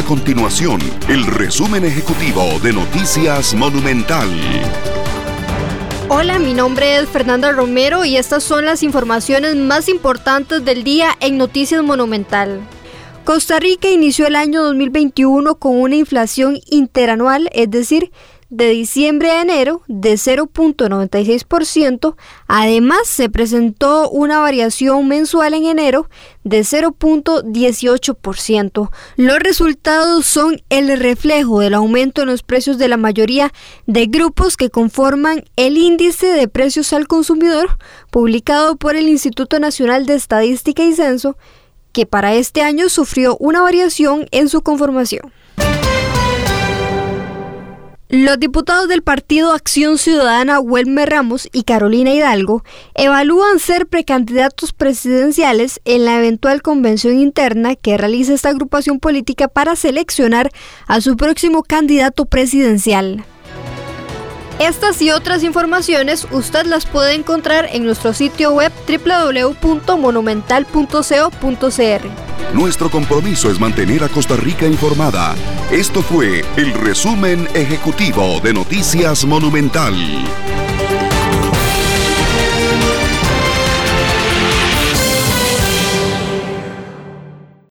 continuación el resumen ejecutivo de Noticias Monumental. Hola, mi nombre es Fernanda Romero y estas son las informaciones más importantes del día en Noticias Monumental. Costa Rica inició el año 2021 con una inflación interanual, es decir, de diciembre a enero, de 0.96%. Además, se presentó una variación mensual en enero de 0.18%. Los resultados son el reflejo del aumento en los precios de la mayoría de grupos que conforman el índice de precios al consumidor, publicado por el Instituto Nacional de Estadística y Censo, que para este año sufrió una variación en su conformación. Los diputados del Partido Acción Ciudadana Wilmer Ramos y Carolina Hidalgo evalúan ser precandidatos presidenciales en la eventual convención interna que realiza esta agrupación política para seleccionar a su próximo candidato presidencial. Estas y otras informaciones usted las puede encontrar en nuestro sitio web www.monumental.co.cr. Nuestro compromiso es mantener a Costa Rica informada. Esto fue el resumen ejecutivo de Noticias Monumental.